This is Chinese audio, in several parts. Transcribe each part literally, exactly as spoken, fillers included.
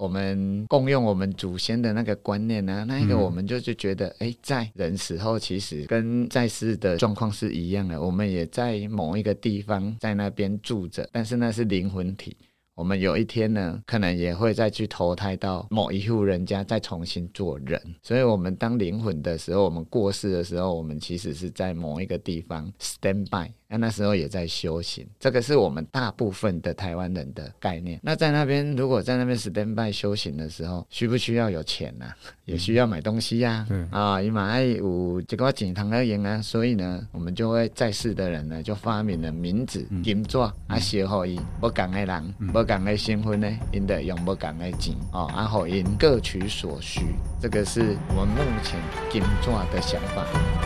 我们共用我们祖先的那个观念啊，那一个我们就是觉得哎、嗯，在人死后其实跟在世的状况是一样的，我们也在某一个地方在那边住着，但是那是灵魂体，我们有一天呢可能也会再去投胎到某一户人家再重新做人，所以我们当灵魂的时候，我们过世的时候，我们其实是在某一个地方 stand by， 那那时候也在修行，这个是我们大部分的台湾人的概念。那在那边如果在那边 stand by 修行的时候，需不需要有钱啊？也需要买东西啊，嗯、啊，因嘛爱有一个钱通来用啊，所以呢我们就会在世的人呢就发明了名字、嗯、金纸啊，烧给伊不同的人、嗯、不同的身份呢，因得用不同的钱哦，啊，让因各取所需，这个是我们目前金纸的想法。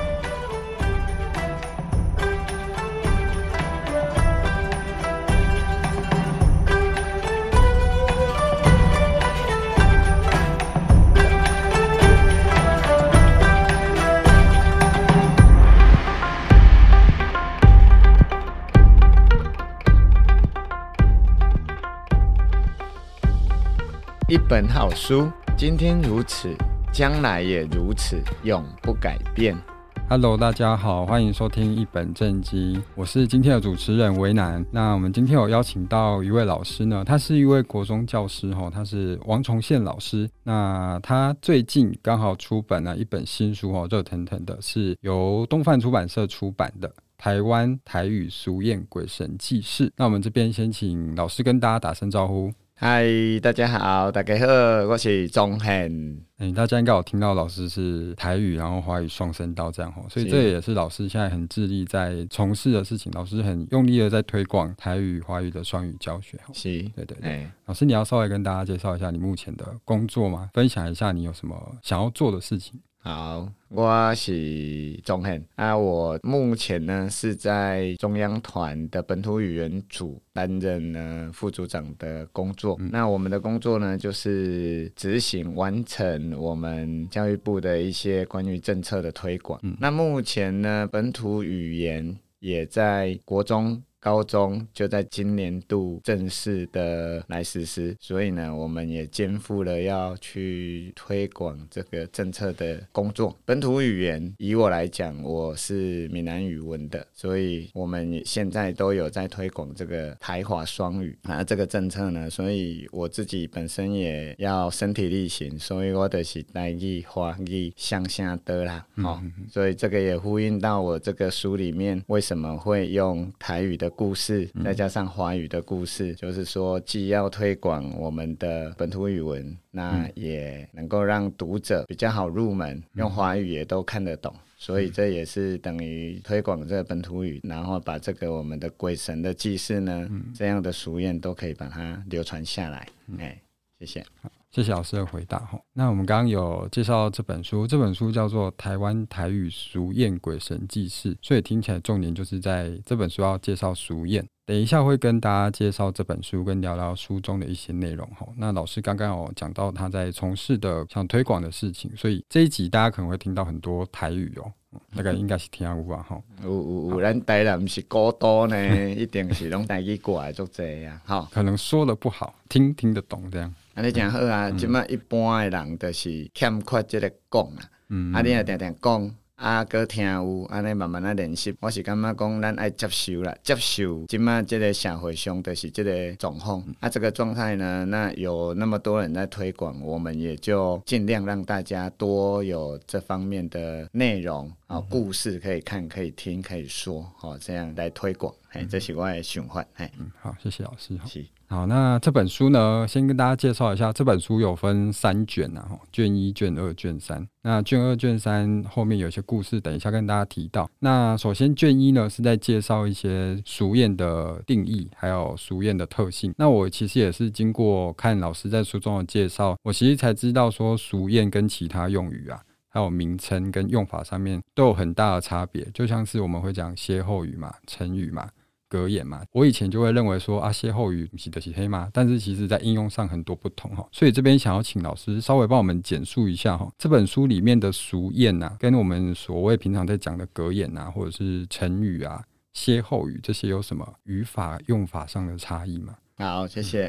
一本好书，今天如此，将来也如此，永不改变。 Hello， 大家好，欢迎收听一本正经，我是今天的主持人维南。那我们今天有邀请到一位老师呢，他是一位国中教师，他是王崇宪老师。那他最近刚好出版了一本新书，热腾腾的，是由东范出版社出版的台湾台语俗谚鬼神记事。那我们这边先请老师跟大家打声招呼。 嗨，大家好，大家好，我是宗宪。 欸、大家应该有听到老师是台语然后华语双声道这样，所以这也是老师现在很致力在从事的事情，老师很用力的在推广台语华语的双语教学。 是， 对对对、欸、老师你要稍微跟大家介绍一下你目前的工作吗？分享一下你有什么想要做的事情。 好，我是宗宪啊，我目前呢是在中央团的本土语言组担任呢副组长的工作、嗯、那我们的工作呢就是执行完成我们教育部的一些关于政策的推广、嗯、那目前呢本土语言也在国中高中就在今年度正式的来实施，所以呢我们也肩负了要去推广这个政策的工作。本土语言以我来讲，我是闽南语文的，所以我们现在都有在推广这个台华双语啊，这个政策呢，所以我自己本身也要身体力行，所以我就是台语华语双声道啦、哦嗯、所以这个也呼应到我这个书里面为什么会用台语的故事再加上华语的故事、嗯、就是说既要推广我们的本土语文，那也能够让读者比较好入门、嗯、用华语也都看得懂，所以这也是等于推广这个本土语，然后把这个我们的鬼神的祭祀呢、嗯、这样的俗谚都可以把它流传下来、嗯欸、谢谢。 谢谢老师的回答。那我们刚刚有介绍这本书，这本书叫做《台湾台语俗谚鬼神记事》，所以听起来重点就是在这本书要介绍俗谚。等一下会跟大家介绍这本书，跟聊聊书中的一些内容。那老师刚刚有讲到他在从事的想推广的事情，所以这一集大家可能会听到很多台语哦，大概应该是听有啊。 有有有，咱台南是古都呢，一定是用台语过来做这样， 可能说的不好，听听得懂这样。 啊，你真好啊！即摆、嗯、一般的人就是欠缺这个讲啊，嗯、啊，你若定定讲，啊，搁听有，安尼慢慢啊练习。我是感觉讲，咱爱接受啦，接受即摆这个社会上就是这个状况、嗯、啊，这个状态呢，那有那么多人在推广，我们也就尽量让大家多有这方面的内容啊、嗯，故事可以看、可以听、可以说，哦，这样来推广。嗯、这是我的想法。 嗯，好，谢谢老师。是。好，那这本书呢，先跟大家介绍一下，这本书有分三卷啊，卷一、卷二、卷三。那卷二、卷三后面有一些故事，等一下跟大家提到。那首先卷一呢，是在介绍一些俗谚的定义，还有俗谚的特性。那我其实也是经过看老师在书中的介绍，我其实才知道说俗谚跟其他用语啊，还有名称跟用法上面都有很大的差别。就像是我们会讲歇后语嘛、成语嘛、格言嘛，我以前就会认为说啊，歇后语不是就是黑嘛，但是其实在应用上很多不同，所以这边想要请老师稍微帮我们简述一下这本书里面的俗谚啊，跟我们所谓平常在讲的格言啊，或者是成语啊、歇后语这些有什么语法用法上的差异吗？ 好，谢谢。嗯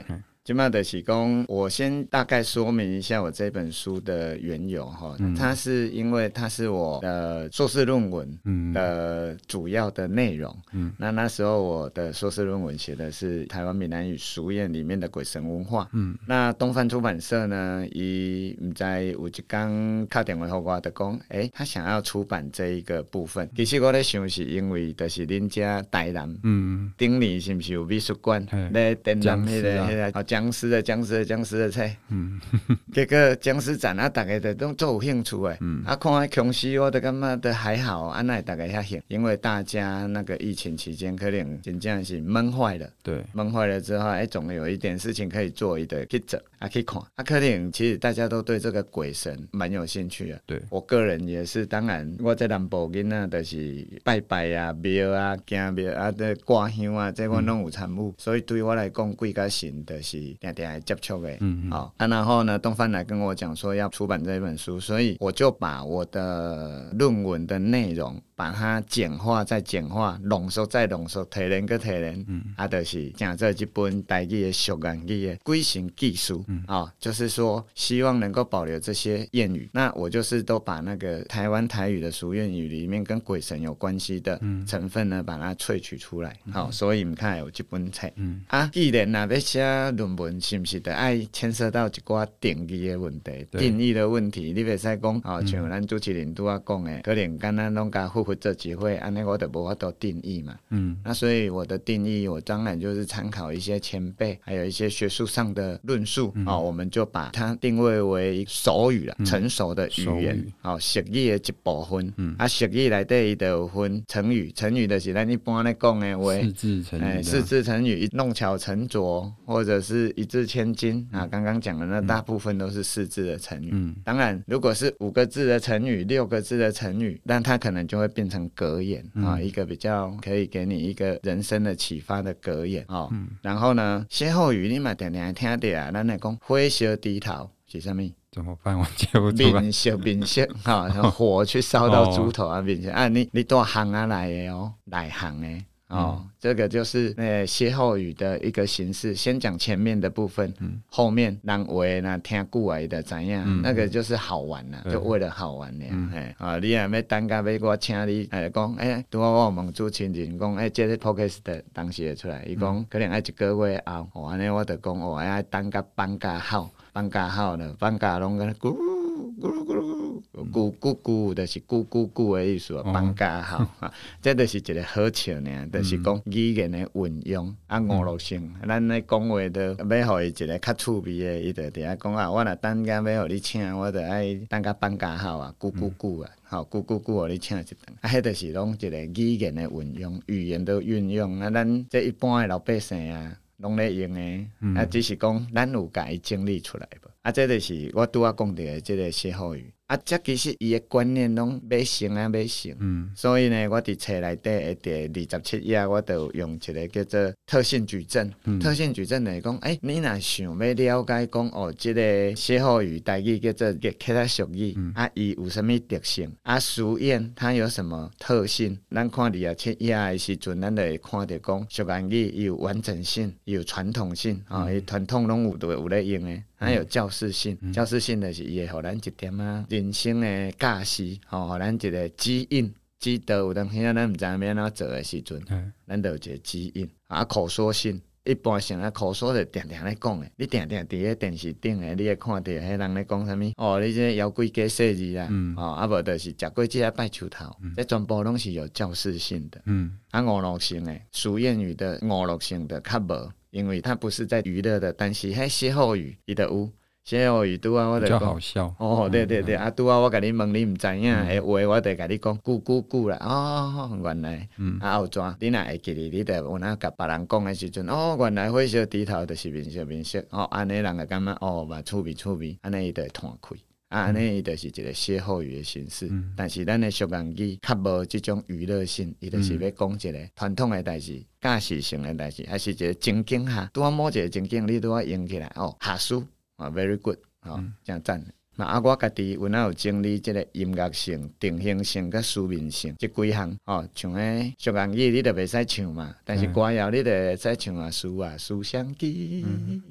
即马就是讲，我先大概说明一下我这本书的缘由哈。嗯、它是因为它是我的硕士论文的主要的内容。嗯，那那时候我的硕士论文写的是台湾闽南语俗谚里面的鬼神文化。嗯，那东方出版社呢，伊唔知有一天打电话给我，就讲，哎、欸，他想要出版这一个部分。其实我在想，是因为就是恁家台南，嗯，顶年是不是有美术馆咧展览迄个迄个僵尸的僵尸的僵尸的册？嗯，结果僵尸展啊，大家都都做有兴趣诶。嗯，啊，看迄空虚，我都感觉都还好，啊，那大家遐兴，因为大家那个疫情期间可能真正是闷坏了。对，闷坏了之后，哎、欸，总有一点事情可以做，一的去做啊，去看啊，可能其实大家都对这个鬼神蛮有兴趣的。对，我个人也是，当然我在南部囡仔就是拜拜啊、庙啊、行庙啊、的挂香啊，这我拢有参与，嗯、所以对我来讲，几个神就是定定会接触的。嗯好、哦啊，然后呢，东方来跟我讲说要出版这本书，所以我就把我的论文的内容把它简化再简化，浓缩再浓缩，提炼个提炼，嗯、啊，就是讲这一本台语的俗谚语的鬼神技术。嗯啊、哦，就是说希望能够保留这些谚语。那我就是都把那个台湾台语的俗谚语里面跟鬼神有关系的成分呢，把它萃取出来。好、嗯哦，所以你看有这本册。嗯啊，既然若要写论文，是不是得爱牵涉到一寡定义的问题、定义的问题？你袂使讲哦，像咱主持人拄仔讲的，可能敢若拢甲复复做一回，安尼我就无法度定义嘛。嗯，那所以我的定义，我当然就是参考一些前辈，还有一些学术上的论述。嗯、哦，我们就把它定位为手语了，嗯、成熟的语言。哦，俗语的一部分。嗯，啊，俗语内底伊就有分成语，成语就是咱一般咧讲的话，四字成语，哎，四字成语，弄巧成拙，或者是一字千金啊。刚刚讲的那大部分都是四字的成语。嗯，当然，如果是五个字的成语、六个字的成语，那它可能就会变成格言啊、嗯，一个比较可以给你一个人生的启发的格言哦。嗯、然后呢，歇后语你嘛常常听到啊，咱来讲火烧猪头是什么？ 怎么办？我接不出来。 面色面色哈，火去烧到猪头啊，面色啊，你你多行啊来的哦，来行的。哦、嗯，这个就是那歇后语的一个形式。先讲前面的部分，嗯、后面人话呢听久了的怎样、嗯？那个就是好玩啦，就为了好玩俩。哎、嗯，啊，你若要等甲要我请你，哎，讲哎，拄好我问主持人讲，哎，这个 podcast 当时会出来，伊讲、嗯、可能爱一个月后，哦，安尼我就讲哦，爱等甲放假好，放假好呢，放假拢个咕咕噜咕噜。咕咕咕就是咕咕咕的意思，放假好，哦、这就是一个好笑呢，就是讲语言的运用啊，娱乐性。咱咧讲话都要互伊一个较趣味的，伊就伫遐讲啊，我若等下要互你请，我就爱等甲放假好啊，咕咕咕啊，吼咕咕咕互你请一顿。啊，迄就是拢一个语言的运用，语言的运用啊，咱这一般的老百姓啊，拢咧用的，嗯、啊，只是讲咱有甲伊整理出来无。啊，这就是我拄仔讲到的这个歇后语。啊，这其实伊的观念拢买成啊买成，嗯，所以呢，我伫册内底的第二十七页，我就用一个叫做特性矩阵。嗯、特性矩阵就是讲，诶、欸，你若想要了解讲哦，这个歇后语台语叫做其他俗语，嗯、啊，伊有什么特性？啊，俗谚它有什么特性？咱看二十七页的时阵，咱就会看到讲俗谚语伊有完整性，伊有传统性，啊，伊传统拢有都有咧用的。还有教示性，嗯、教示性就是伊会互咱一点啊人生的教示，吼，互咱一个指引，指导有当时啊，咱毋知影要安怎做的时阵，嗯、咱就有一个指引。啊，口说性，一般性啊，口说就定定咧讲的，你定定伫咧电視頂的，你會看到迄人咧講啥物？哦，你這妖怪加細字啦，嗯、哦，啊無就是食過節啊拜樹頭，嗯、這全部攏是有教示性的，嗯，啊娛樂性的，俗諺語的娛樂性的較無。因為它不是在娛樂的，但是迄歇後語伊就有歇後語拄啊，我就講好笑哦，對對對，嗯、啊拄啊，我甲你問你毋知影誒話，我就甲你講咕咕咕啦，哦，原來，嗯、啊後轉你若會記哩，你就有哪甲別人講誒時陣，哦，原來火燒豬頭就是面色面色，哦，安尼人就感覺哦，嘛趣味趣味，安尼伊就會傳開。啊，安尼伊就是一個歇後語的形式，嗯、但是咱的俗谚語較無這種娛樂性，伊就是要講一個傳統的代志、教示性的代志，還是一個情景下，拄啊某一個情景，你拄啊用起來哦，下書啊 ，very good， 哦，真讚。那、嗯、啊，我家己有哪有整理這個音樂性、定型性、甲書面性這幾項哦，像迄俗谚語你就袂使唱嘛，但是歌謠你就會使唱啊，書啊書相記。嗯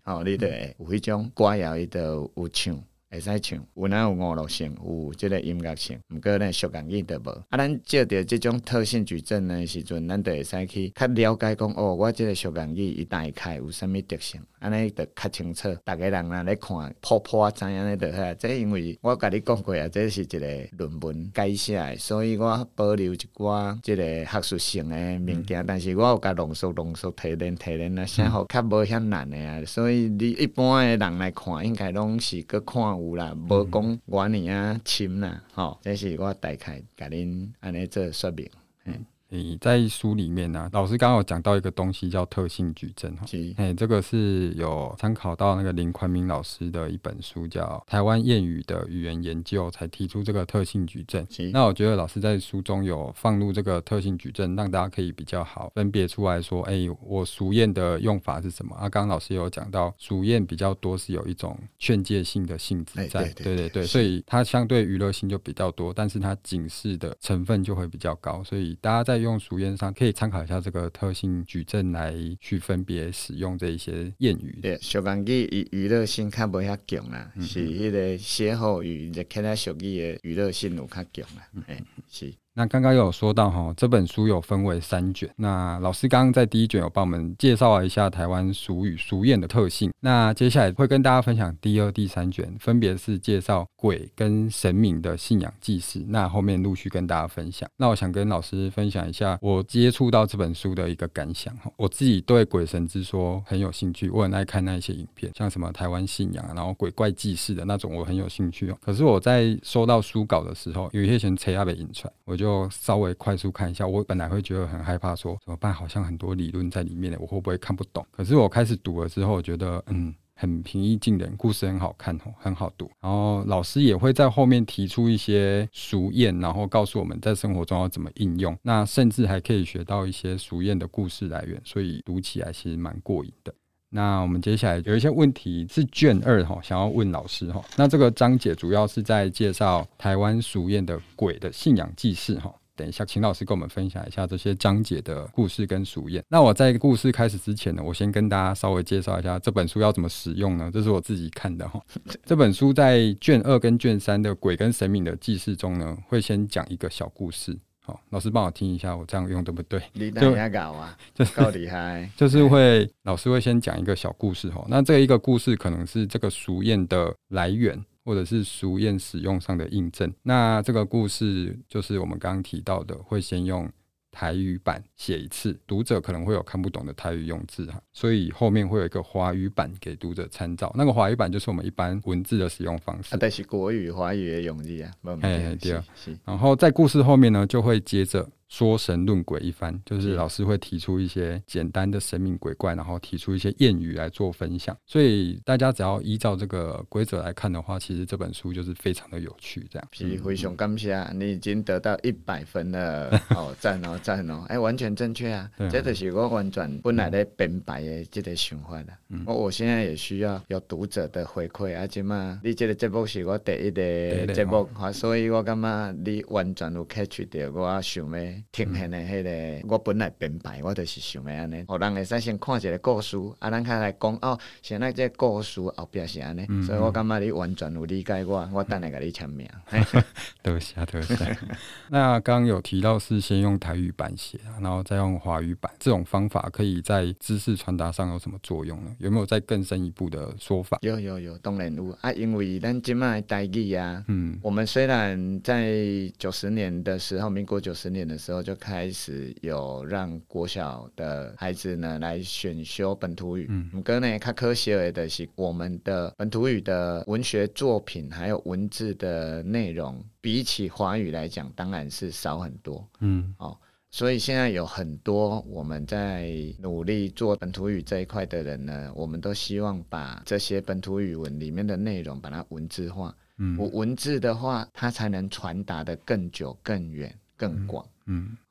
吼、哦，你就会有迄种歌谣，伊就有唱。会使唱，有哪有娱乐性，有即个音乐性，毋过呢俗谚语就无。啊，咱借着即种特性矩阵的时阵，咱就会使去较了解讲，哦，我即个俗谚语伊大概有啥物特性，安尼就较清楚。逐个人若咧看，破破知影咧就好。这因为我甲你讲过啊，这是一个论文改写的，所以我保留一寡即个学术性的物件，嗯、但是我有甲浓缩浓缩提炼提炼啊，写互较无遐难的啊。所以你一般的人来看，应该拢是去看。有啦，无讲偌尼啊深啦，吼，这是我大概甲恁安尼做说明。嗯诶，在书里面呢、啊，老师刚刚有讲到一个东西叫特性矩阵哈，哎，这个是有参考到那个林宽明老师的一本书，叫《台湾谚语的语言研究》，才提出这个特性矩阵。那我觉得老师在书中有放入这个特性矩阵，让大家可以比较好分别出来说，哎，我俗谚的用法是什么？啊，刚刚老师有讲到，俗谚比较多是有一种劝诫性的性质在，对对 对, 对，所以它相对娱乐性就比较多，但是它警示的成分就会比较高，所以大家在用俗谚上可以参考一下这个特性矩阵来去分别使用这一些谚语。 对，俗谚语以娱乐性较无遐强啦，嗯、是迄个歇后语、就其他俗语的娱乐性有较强啦。嗯、是。 那刚刚有说到哈，这本书有分为三卷。那老师刚刚在第一卷有帮我们介绍了一下台湾俗语俗谚的特性。那接下来会跟大家分享第二、第三卷，分别是介绍鬼跟神明的信仰祭祀。那后面陆续跟大家分享。那我想跟老师分享一下我接触到这本书的一个感想。我自己对鬼神之说很有兴趣，我很爱看那一些影片，像什么台湾信仰，然后鬼怪祭祀的那种，我很有兴趣。可是我在收到书稿的时候，有一些人扯下被引出来，我就就稍微快速看一下，我本来会觉得很害怕说怎么办，好像很多理论在里面，我会不会看不懂？可是我开始读了之后，我觉得嗯很平易近人，故事很好看，很好读。然后老师也会在后面提出一些俗谚，然后告诉我们在生活中要怎么应用。那甚至还可以学到一些俗谚的故事来源，所以读起来其实蛮过瘾的。那我们接下来有一些问题是卷二想要问老师。那这个章节主要是在介绍台湾俗谚的鬼的信仰祭祀。等一下请老师跟我们分享一下这些章节的故事跟俗谚。那我在故事开始之前呢，我先跟大家稍微介绍一下这本书要怎么使用呢？这是我自己看的。这本书在卷二跟卷三的鬼跟神明的祭祀中呢，会先讲一个小故事。好，老师帮我听一下，我这样用对不对？ 你哪样搞啊？够厉害！ 就是会老师会先讲一个小故事。那这一个故事可能是这个俗谚的来源，或者是俗谚使用上的印证。那这个故事就是我们刚刚提到的，会先用台语版写一次，读者可能会有看不懂的台语用字，所以后面会有一个华语版给读者参照。那个华语版就是我们一般文字的使用方式， 啊，但是国语华语的用字啊， 哎对。然后在故事后面呢，就会接着说神论鬼一番，就是老师会提出一些简单的神明鬼怪，然后提出一些谚语来做分享。所以大家只要依照这个规则来看的话，其实这本书就是非常的有趣。这样是非常感谢你已经得到一百分了。哦，赞哦赞哦，哎，完全正确啊！啊这就是我完全本来在编排的这个想法啦。嗯、我我现在也需要有读者的回馈啊，即嘛你这个节目是我第一个节目，哦、所以我感觉你完全有 catch 到我想要呈现的迄个，我本来编排我就是想要安尼，互人会使先看一个故事，啊，咱较来讲哦，现在这故事后壁是安尼，嗯、所以我感觉你完全有理解我，我等下甲你签名。 多谢多谢。那刚刚有提到是先用台语版写，然后再用华语版，这种方法可以在知识传达上有什么作用呢？有没有再更深一步的说法？ 有有有，当然有啊，因为咱现在的台语啊，嗯，我们虽然在九十年的时候，民国九十年的时候就开始有让国小的孩子呢来选修本土语，嗯，不过呢，较可惜的就是我们的本土语的文学作品还有文字的内容，比起华语来讲，当然是少很多，嗯，哦。所以现在有很多我们在努力做本土语这一块的人呢，我们都希望把这些本土语文里面的内容把它文字化。嗯，文字的话，它才能传达的更久、更远、更广。嗯，哦，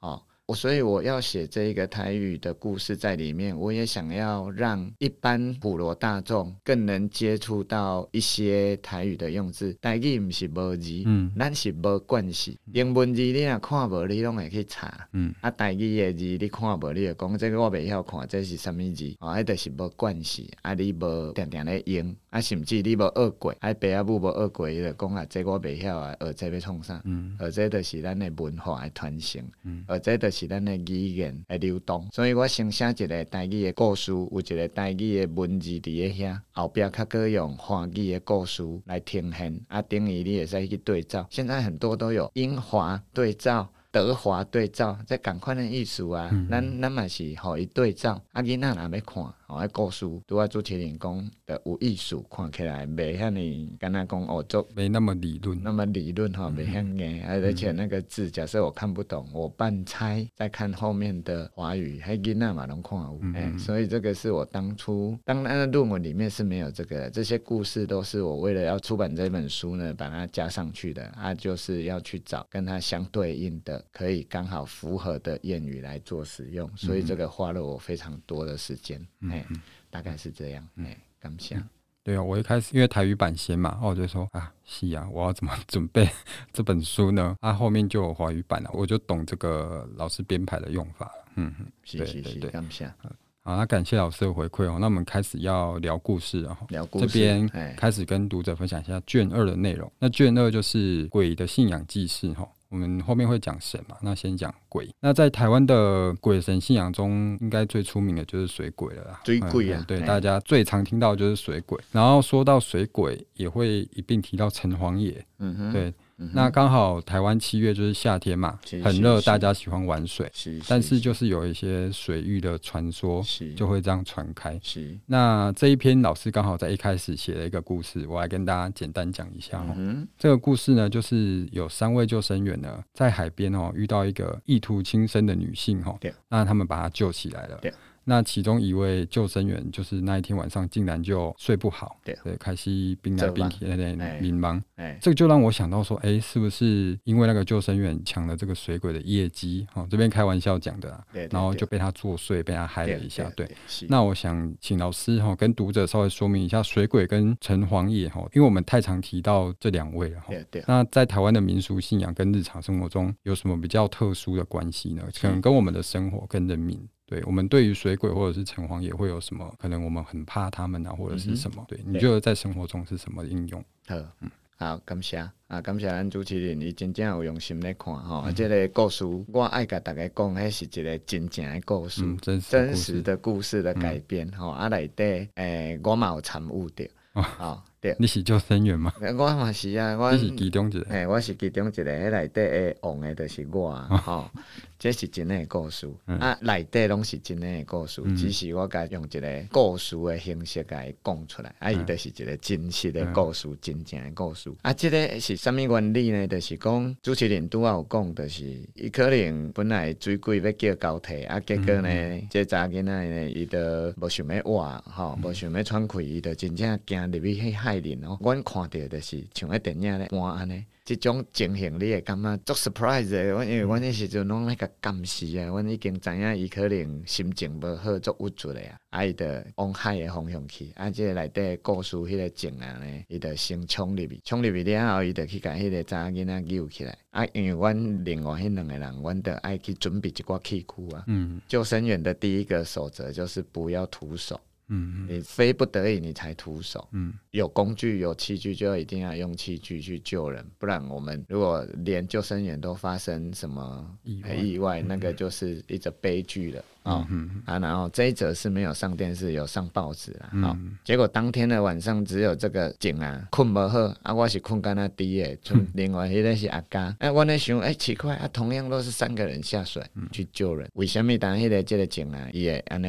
我所以我要写这个台语的故事在里面，我也想要让一般普罗大众更能接触到一些台语的用字。台语不是无字，嗯，咱是无惯势。英文字你若看无，你拢会去查。嗯，啊，台语的字你看无，你会讲这个我袂晓看，这是什么字？哦，迄就是无惯势。啊，你无定定咧用，啊，甚至你无学过，啊，爸阿母无学过，伊就讲啊，这我袂晓啊，学这要创啥？嗯，学这就是咱的文化的传承，嗯，学这就是咱的语言的流动。所以我先写一个台语的故事，有一个台语的文字伫咧遐，后壁较搁用华语的故事来呈现，啊，等于你会使去对照。现在很多都有英华对照。德华对照，这同款的意思啊，嗯、咱咱嘛是互伊对照，啊囡仔若要看，吼，迄故事拄啊主持人讲的有艺术，看起来袂遐尼，敢若讲哦，做没那么理论， 那么理论吼，袂遐硬，而且那个字，假设我看不懂，我半猜再看后面的华语，迄囡仔嘛拢看有，哎、嗯欸，所以这个是我当初当然的论文里面是没有这个的，这些故事都是我为了要出版这本书呢，把它加上去的，啊，就是要去找跟它相对应的。可以刚好符合的谚语来做使用，所以这个花了我非常多的时间，嗯欸、大概是这样，哎、欸，感谢、嗯。 对啊，我一开始因为台语版先嘛，我就说啊，是啊，我要怎么准备这本书呢？啊，后面就有华语版了，我就懂这个老师编排的用法了。嗯嗯， 是是是，感谢。 好，那感谢老师的回馈哦。那我们开始要聊故事了， 聊故事。 这边开始跟读者分享一下卷二的内容。那卷二就是鬼的信仰记事哈。我们后面会讲神嘛，那先讲鬼。那在台湾的鬼神信仰中，应该最出名的就是水鬼了啦。 水鬼啊， 嗯、对，大家最常听到的就是水鬼。然后说到水鬼，也会一并提到城隍爷。嗯哼，对。嗯、那刚好台湾七月就是夏天嘛，很热，大家喜欢玩水，但是就是有一些水域的传说就会这样传开。那这一篇老师刚好在一开始写了一个故事，我来跟大家简单讲一下、哦嗯、这个故事呢，就是有三位救生员呢在海边哦遇到一个意图轻生的女性哦，那他们把她救起来了。那其中一位救生员就是那一天晚上竟然就睡不好，对，开始冰来冰去，有点迷茫。这个就让我想到说，哎、欸，是不是因为那个救生员抢了这个水鬼的业绩？哦，这边开玩笑讲的啦，对对对，然后就被他作祟，被他害了一下。对，对对，那我想请老师哈跟读者稍微说明一下水鬼跟城隍爷哈，因为我们太常提到这两位了哈。那在台湾的民俗信仰跟日常生活中有什么比较特殊的关系呢？可能跟我们的生活跟人民。对，我们对于水鬼或者是城隍爷会有什么？可能我们很怕他们啊，或者是什么？嗯、对，你觉得在生活中是什么应用？ 好，嗯，好，感谢啊，感谢咱主持人，伊真正有用心来看吼。嗯、这个故事，我爱甲大家讲，迄是一个真正的故事，嗯、真, 真實的故事的改編吼、嗯。啊，內底誒，我嘛有參與到。 哦，哦對，你是救生員嗎？ 我嘛是啊，我你是其中一個， 誒，我是其中一個，迄內底誒王誒，就是我啊，吼、哦，這是真誒故事，嗯、啊，內底攏是真誒故事，嗯、只是我甲用一個故事誒形式甲伊講出來，啊，伊就是一個真實誒故事，嗯、真正誒故事。啊，這個是啥物原理呢？就是講主持人拄仔有講，就是伊可能本來水鬼要叫交替，啊，結果呢，嗯、這查囡仔呢，伊就無想要活，吼，無想要喘氣，伊就真正驚入去迄害人哦。阮看到就是像迄電影咧，換安尼。這種情形你會感覺足 surprise 的，因為阮迄時陣攏咧甲監視啊，阮已經知影伊可能心情無好，足鬱卒的啊，啊伊就往海的方向去，啊這個內底故事迄個情啊呢，伊就先衝入去，衝入去了後，伊就去甲迄個查囡仔救起來，啊因為阮另外迄兩個人，阮就愛去準備一寡器具啊，嗯，救生員的第一個守則就是不要徒手。嗯，你非不得已你才徒手。嗯，有工具有器具就一定要用器具去救人，不然我们如果连救生员都发生什么意外，意外那个就是一则悲剧了。哦嗯、啊，然后这一则是没有上电视，有上报纸啦。嗯、哦，结果当天的晚上只有这个景啊，困不好啊，我是困干那低的，就另外一个是阿嘉。哎、啊，我在想，哎、欸，奇怪啊，同样都是三个人下水、嗯、去救人，为什么当迄个这个景啊，也安尼？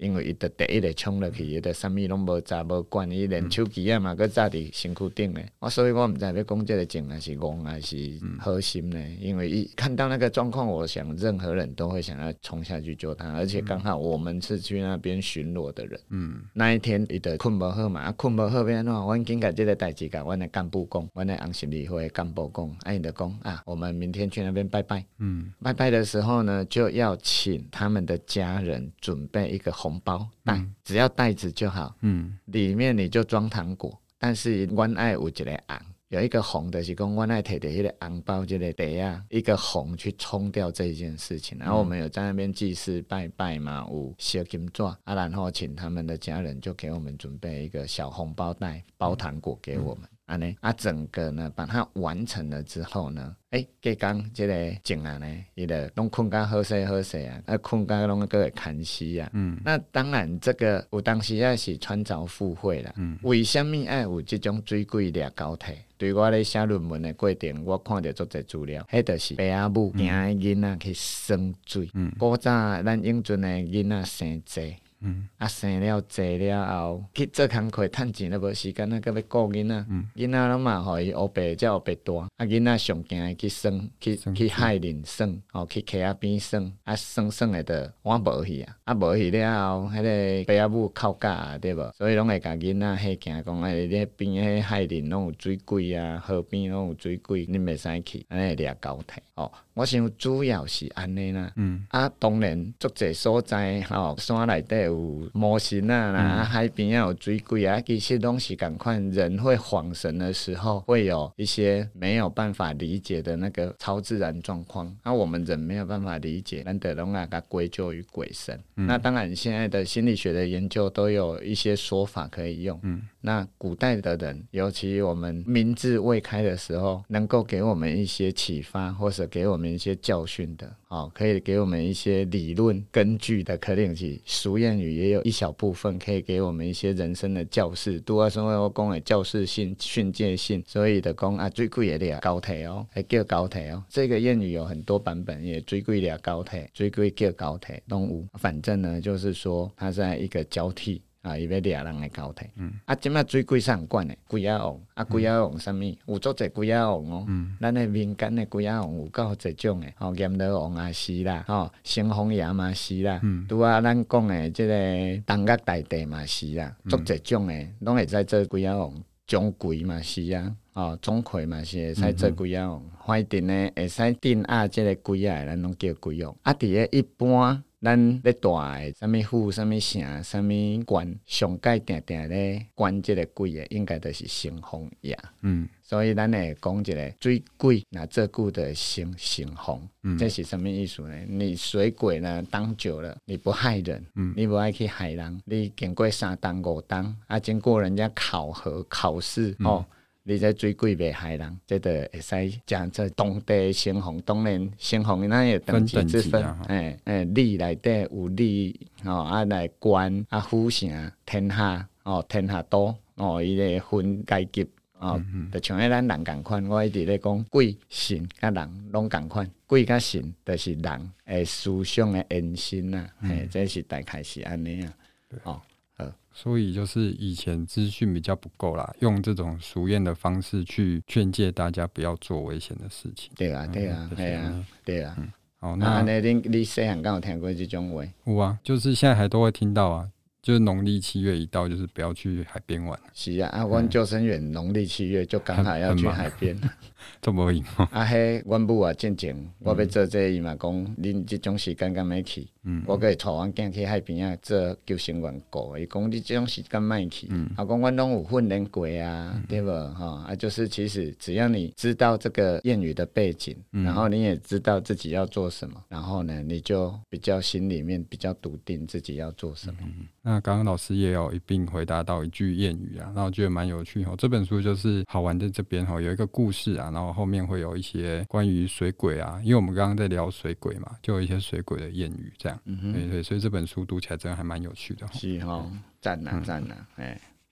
因为伊就第一个冲落去，伊就啥物拢无查无管，伊连手机啊嘛，佮扎伫身躯顶咧。我所以我毋知要讲这个情还是戆还是核心呢？因为一看到那个状况，我想任何人都会想要冲下去救他，而且刚好我们是去那边巡逻的人。嗯，那一天伊就困无好嘛，啊困无好变安怎？阮紧甲这个代志甲阮的干部讲，阮的红十字会干部讲，啊伊就讲啊，我们明天去那边拜拜。嗯，拜拜的时候呢，就要请他们的家人准备一个红包袋，嗯、只要袋子就好。嗯，里面你就装糖果，但是阮爱有一个红。有一个红的是讲，我爱摕着迄个红包，这个袋啊，一个红去冲掉这一件事情。然后我们有在那边祭祀拜拜嘛，有烧金纸啊，然后请他们的家人就给我们准备一个小红包袋，包糖果给我们。安尼啊，整个呢把它完成了之后呢，诶，隔天这个情人呢，伊就拢困甲好势好势啊，啊困甲拢个会看死啊。嗯，那当然这个有当时也是穿凿附会啦。嗯，为什么爱有这种水鬼掠交替？对我咧写论文的过程，我看到足侪资料，迄就是爸阿母惊的囡仔去耍水。嗯，古早咱永春的囡仔生济。嗯，啊生了济了后，去做工课趁钱都无时间啊，搁要顾囡仔，囡仔拢嘛互伊黑白才黑白大，啊囡仔上惊去耍，去去海林耍，哦去溪仔边耍，啊耍耍的就换无去啊，啊无去了后，迄个爸仔母哭架啊，对无？所以拢会甲囡仔吓惊讲，哎，你边迄海林拢有水鬼啊，河边拢有水鬼，你袂使去，安尼掠交替。哦，我想主要是安尼啦。嗯，啊当然足侪所在，吼山内底有魔神啊，啊、嗯、海边啊有水鬼啊，其实拢是同款，人会恍神的时候，会有一些没有办法理解的那个超自然状况。那、啊、我们人没有办法理解，咱得拢啊甲归咎于鬼神。嗯、那当然，现在的心理学的研究都有一些说法可以用。嗯，那古代的人，尤其我们民智未开的时候，能够给我们一些启发，或者给我们一些教训的，哦，可以给我们一些理论根据的，可能是俗谚语也有一小部分可以给我们一些人生的教示。拄啊，所以我讲的教示性、训诫性，所以就讲啊，水鬼也掠交替哦，还叫交替哦。这个谚语有很多版本，也水鬼掠交替，水鬼叫交替都有。反正呢，就是说它在一个交替。啊，伊要掠人的交替，嗯、啊，即摆水鬼啥人管的？鬼仔王，啊，鬼仔王啥物？有足侪鬼仔王哦，嗯、咱的民间的鬼仔王有够侪种的，吼、哦，阎罗王也是啦，吼、哦，城隍爷嘛是啦，拄啊、嗯，咱讲的即个东岳大帝嘛是啦，足侪种的，拢会使做鬼仔王，钟馗嘛是啊，哦，钟馗嘛是会使做鬼仔王，反正呢会使镇压即个鬼仔，咱拢叫鬼王。啊，伫个一般。咱咧大诶，啥物府、啥物城、啥物官，上界定定咧管即个鬼诶，应该都是城隍爷。嗯，所以咱会讲一个水鬼，那这句的城城隍，嗯、这是什么意思呢？你水鬼呢当久了，你不害人，嗯、你不爱去害人，你经过三当五当，啊，经过人家考核考试、嗯、哦。你这水鬼袂害人，这就会使将这当地城隍，当然城隍咱有等级之分，诶诶，里内底有里哦，啊来官啊府城天下哦，天下都哦，伊个分阶级哦，嗯嗯就像迄咱人共款，我一直咧讲鬼神甲人拢共款，鬼甲神就是人诶思想诶延伸啊，嘿、嗯，这是大概是安尼啊，哦。 所以就是以前资讯比较不够啦，用这种俗谚的方式去劝诫大家不要做危险的事情。 对啊，对啊，对啊，嗯、对啊。嗯、 好， 那安尼你你细汉敢有听过这种话？ 有啊，就是现在还都会听到啊。就是农历七月一到，就是不要去海边玩。 是啊，啊，阮救生员农历七月就刚好要去海边。 这么严哦。 啊，迄阮母啊，进前我要做这伊嘛讲，恁这种时间敢要去？嗯、我可以带阮囝去海边啊做救生员顾。伊讲你这种时间莫去。嗯、啊，讲阮拢有训练过啊，嗯、对不？哈啊，就是其实只要你知道这个谚语的背景，嗯、然后你也知道自己要做什么，然后呢，你就比较心里面比较笃定自己要做什么。 嗯那刚刚老师也有一并回答到一句谚语啊，然后我觉得蛮有趣哦。这本书就是好玩在这边哦，有一个故事啊，然后后面会有一些关于水鬼啊，因为我们刚刚在聊水鬼嘛，就有一些水鬼的谚语这样。嗯哼，对对，所以这本书读起来真的还蛮有趣的。 是哦，赞啊赞啊，哎。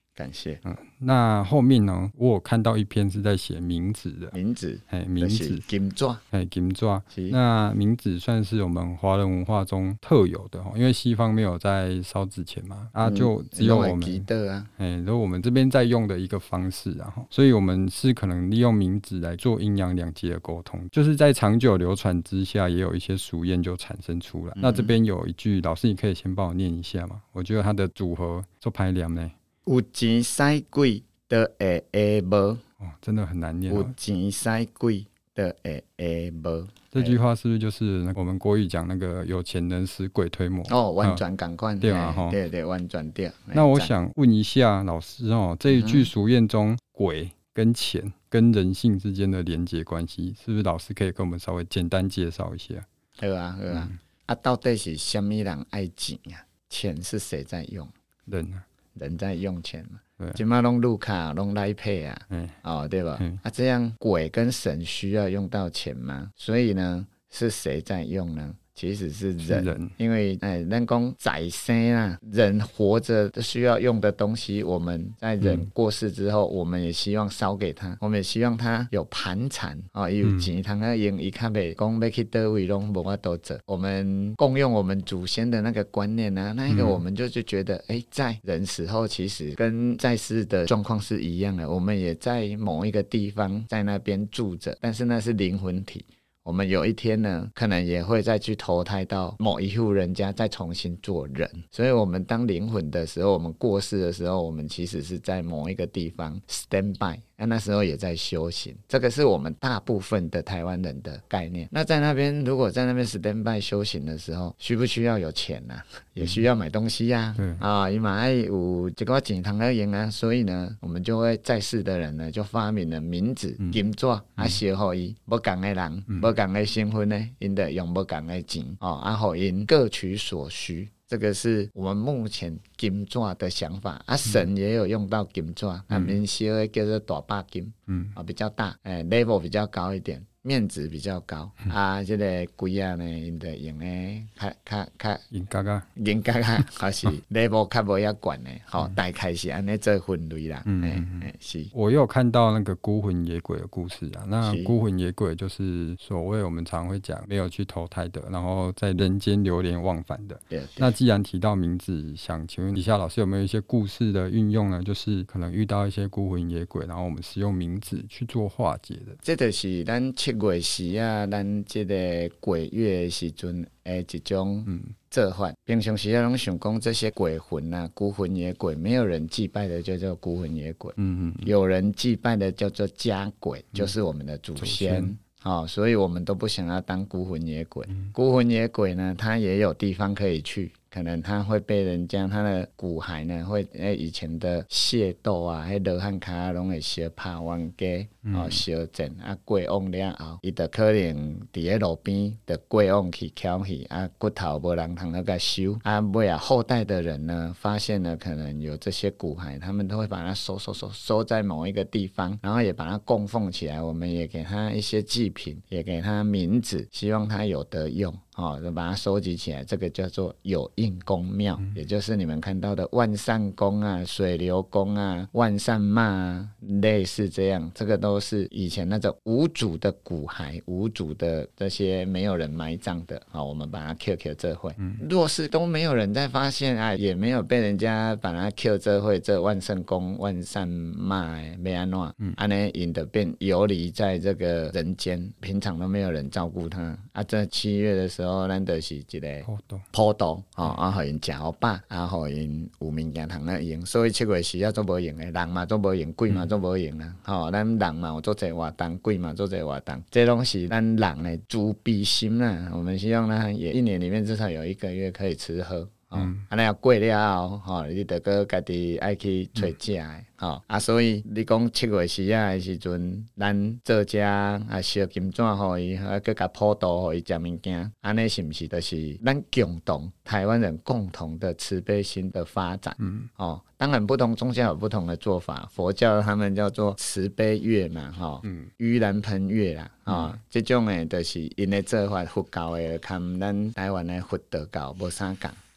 感谢。 嗯，那后面呢，我有看到一篇是在写名字的， 名字， 哎，名字金纸， 哎，金纸。那名字算是我们华人文化中特有的，因为西方没有在烧纸钱嘛，啊，就只有我们， 啊， 哎，然后我们这边在用的一个方式啊，所以我们是可能利用名字来做阴阳两极的沟通，就是在长久流传之下，也有一些俗谚就产生出来。嗯、那这边有一句，老师你可以先帮我念一下吗？我觉得它的组合做排良呢。 有钱使鬼就会下无， 哦，真的很难念、哦。 有钱使鬼就会下无， 这句话是不是就是我们国语讲那个有钱能使鬼推磨？ 哦，婉转赶快， 对啊，哈， 对对，婉转对。 那我想问一下老师哦，这一句俗谚中，鬼跟钱跟人性之间的连结关系，是不是老师可以跟我们稍微简单介绍一下？ 好啊，好啊。嗯、啊，到底是什么人爱钱啊？钱是谁在用？ 人啊。 人在用钱嘛，现在都路卡都来配啊，嗯、哦对吧？嗯、啊，这样鬼跟神需要用到钱吗？所以呢，是谁在用呢？其实是人，是人因为哎，人讲再生啊，人活着需要用的东西，我们在人过世之后，嗯、我们也希望烧给他，我们也希望他有盘缠啊，哦、有钱通啊用，伊较袂讲要去倒位拢无法度做。我们共用我们祖先的那个观念啊，那一个我们就就觉得，哎、嗯，在人死后，其实跟在世的状况是一样的，我们也在某一个地方在那边住着，但是那是灵魂体。我们有一天呢，可能也会再去投胎到某一户人家，再重新做人。所以我们当灵魂的时候，我们过世的时候，我们其实是在某一个地方 stand by， 那那时候也在修行。这个是我们大部分的台湾人的概念。那在那边，如果在那边 stand by 修行的时候，需不需要有钱啊？也需要买东西啊。嗯、啊，伊嘛爱有一个钱通来用啊。所以呢，我们就会在世的人呢，就发明了名字、嗯、金纸啊，烧互伊不同的人。嗯不同的身份呢，因得用不同的钱哦，啊，好因各取所需。这个是我们目前金纸的想法啊，神也有用到金纸，啊，民烧的叫做大把金，嗯，啊，比较大，哎 ，level 比较高一点。面子比较高、嗯、啊，这个鬼啊呢，因得用诶，较较较严格啊， 严格啊，还是 level 较无遐悬诶，好、嗯，大概是安尼做分类啦。嗯嗯嗯，是。 我有看到那个孤魂野鬼的故事啊，那孤魂野鬼就是所谓我们常会讲没有去投胎的，然后在人间流连忘返的。对。那既然提到名字，想请问一下老师有没有一些故事的运用呢？就是可能遇到一些孤魂野鬼，然后我们使用名字去做化解的。 这就是咱。七月时啊，咱这个鬼月的时阵诶一种做法。平常时啊，拢想讲这些鬼魂啊、孤魂野鬼，没有人祭拜的就叫孤魂野鬼，嗯嗯，有人祭拜的叫做家鬼，嗯、就是我们的祖先。好、哦，所以我们都不想要当孤魂野鬼。嗯、孤魂野鬼呢，他也有地方可以去。可能他会被人家他的骨骸呢，会诶以前的械斗啊，迄罗汉脚拢会烧拍冤家，哦烧震啊过往了后，伊就可能伫咧路边就过往去捡去啊，骨头无人通那个收啊，尾啊后代的人呢，发现了可能有这些骨骸，他们都会把它收收收收在某一个地方，然后也把它供奉起来，我们也给他一些祭品，也给他名字，希望他有得用。哦，就把它收集起来，这个叫做有应公庙、嗯、也就是你们看到的万善宫啊、水流宫啊、万善妈啊，类似这样，这个都是以前那种无主的骨骸、无主的这些没有人埋葬的、哦、我们把它 Q Q 这会、嗯、若是都没有人在发现啊，也没有被人家把它 Q 这会，这万圣宫、万善妈没安怎安呢，引得变游离在这个人间，平常都没有人照顾它啊。这七月的时候咱就是一个普渡、哦、啊，互因食好饱，啊，互因有物件通咧用，所以七月时啊，做无用的，人嘛做无用，鬼嘛做无用啦。吼、嗯，咱、哦、人嘛有做侪活动，鬼嘛做侪活动，这拢是咱人的自闭心啦。我们希望呢，也一年里面至少有一个月可以吃喝。嗯，安尼啊过了后，吼、哦，你得个家己爱去找食的，吼、嗯哦、啊，所以你讲七月时啊的时阵，咱做食啊烧金纸互伊，啊，佮甲普渡互伊食物件，安尼是毋是就是咱共同台湾人共同的慈悲心的发展？嗯，哦，当然不同宗教有不同的做法，佛教他们叫做慈悲月嘛，吼、哦，嗯，盂兰盆月啦，啊、哦，嗯、这种诶，就是因的做法佛教诶，跟咱台湾的佛道教无啥共。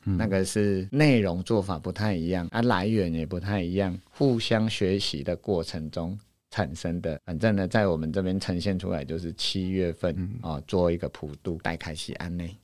嗯、那个是内容做法不太一样啊，来源也不太一样，互相学习的过程中产生的。反正呢，在我们这边呈现出来就是七月份、嗯哦、做一个普渡带开始安内。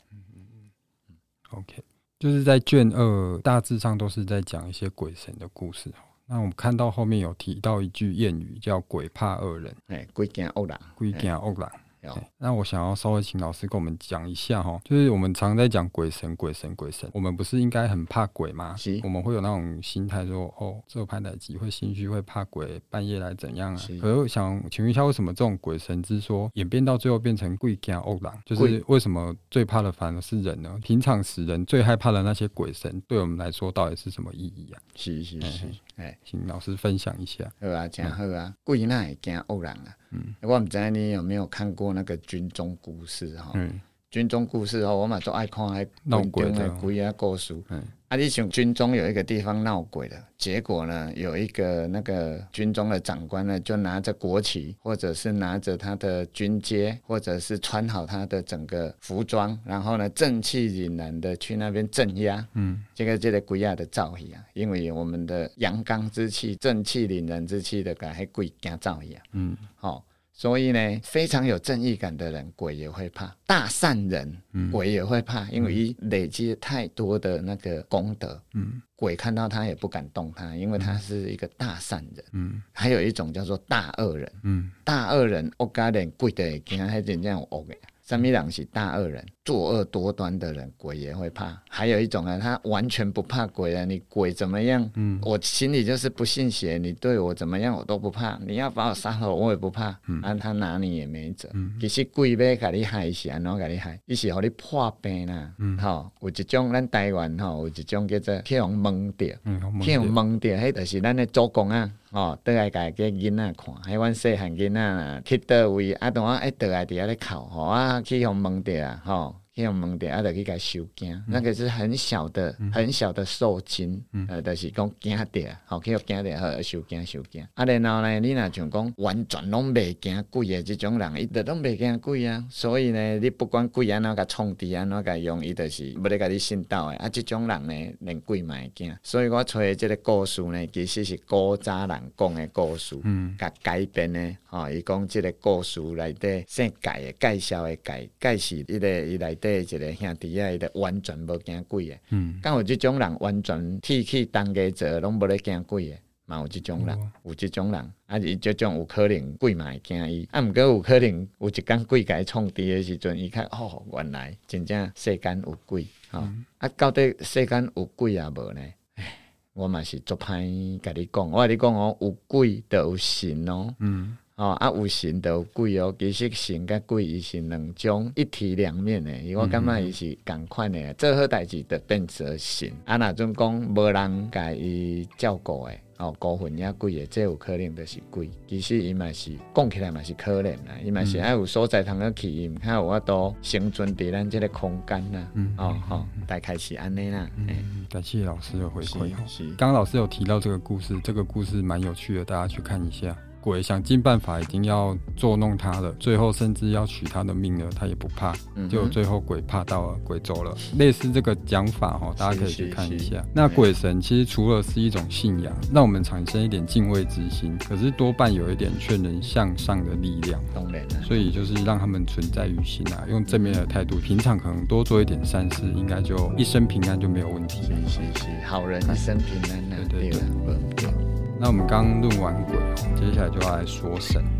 OK， 就是在卷二大致上都是在讲一些鬼神的故事。那我们看到后面有提到一句谚语叫鬼怕恶人， 哎，鬼惊恶人， 鬼惊恶人。那我想要稍微请老师跟我们讲一下哈，就是我们常在讲鬼神鬼神鬼神，我们不是应该很怕鬼吗？我们会有那种心态说，哦，这拍代志会心虚，会怕鬼半夜来怎样啊？可是我想请问一下，为什么这种鬼神之说演变到最后变成鬼惊恶人？就是为什么最怕的反而是人呢？平常时人最害怕的那些鬼神，对我们来说到底是什么意义啊？ 是是是， 哎，请老师分享一下。 好啊，真好啊，鬼哪会惊恶人啊？嗯，我不知道你有没有看过那个军中故事哈？嗯，军中故事哦，我嘛最爱看那闹鬼的鬼啊故事。嗯，啊，你想军中有一个地方闹鬼了，结果呢，有一个那个军中的长官呢，就拿着国旗，或者是拿着他的军阶，或者是穿好他的整个服装，然后呢，正气凛然的去那边镇压。嗯，这个这个鬼啊的造戏啊，因为我们的阳刚之气、正气凛然之气的，把那鬼惊造戏啊。嗯，好、哦。所以呢，非常有正义感的人，鬼也会怕；大善人，嗯、鬼也会怕，因为累积太多的那个功德。嗯，鬼看到他也不敢动他，因为他是一个大善人。嗯，还有一种叫做大恶人。嗯，大恶人，我家连鬼都会惊，还真正有恶的。什么人是大恶人？作恶多端的人，鬼也会怕。还有一种呢，他完全不怕鬼了，你鬼怎么样、嗯、我心里就是不信邪，你对我怎么样我都不怕，你要把我杀了我也不怕、嗯、啊，他拿你也没辙、嗯、其实鬼要给你害是怎样给你害，他是给你破病啦、嗯哦、有一种咱台湾、哦、有一种叫做去人蒙掉，去人蒙掉，那就是咱的祖公啊哦，倒来家个囡仔看，迄阮细汉囡仔去倒位，啊，当我爱倒来伫遐咧哭，吼啊，去互蒙着啊，吼，去互蒙着，啊，就去甲收惊、嗯，那个是很小的、嗯、很小的受惊，嗯、呃，就是讲惊着，吼，去互惊着，好收惊收惊。啊，然后呢，你若像讲完全拢袂惊鬼的这种人，伊就拢袂惊鬼啊。所以呢，你不管鬼安怎甲创治，安怎甲用，伊就是要咧甲你信道的。啊，这种人呢，连鬼嘛会惊。所以我找的这个故事呢，其实是古早人讲的故事，嗯，甲改编的，吼、哦，伊讲这个故事内底姓介的介绍的介，介是伊个伊内底一个兄弟啊，伊个完全无惊鬼的，嗯，敢有这种人完全铁去当家做，拢无咧惊鬼的。嘛有这种人、哦、有这种人啊，伊这种有可能鬼嘛会惊伊，啊，毋过有可能有一天鬼甲伊创治的时阵，伊看哦，原来真正世间有鬼，吼、哦嗯、啊，到底世间有鬼也无呢？唉，我嘛是足歹甲你讲，我甲你讲哦，有鬼就有神哦，嗯。哦啊，有神就有鬼哦。其实神甲鬼伊是两种一体两面的，我感觉伊是同款的。做好代志就变成神，啊，若阵讲无人甲伊照顾的，哦，孤魂野鬼的，这有可能就是鬼。其实伊嘛是讲起来嘛是可能啦，伊嘛是爱有所在通去去，伊毋较有法度生存伫咱这个空间啦。嗯，哦吼、哦，大概是安尼啦。嗯，欸、 感谢老师的回馈。刚刚老师有提到这个故事，这个故事蛮有趣的，大家去看一下。鬼想尽办法，已经要捉弄他了，最后甚至要取他的命了，他也不怕。结果最后鬼怕到了，鬼走了。类似这个讲法哈，大家可以去看一下。那鬼神其实除了是一种信仰，让我们产生一点敬畏之心，可是多半有一点劝人向上的力量。当然了，所以就是让他们存在于心啊，用正面的态度，平常可能多做一点善事，应该就一生平安就没有问题。 是是是，好人一生平安啊。对对对。 那我们刚刚论完鬼，接下来就要来说神。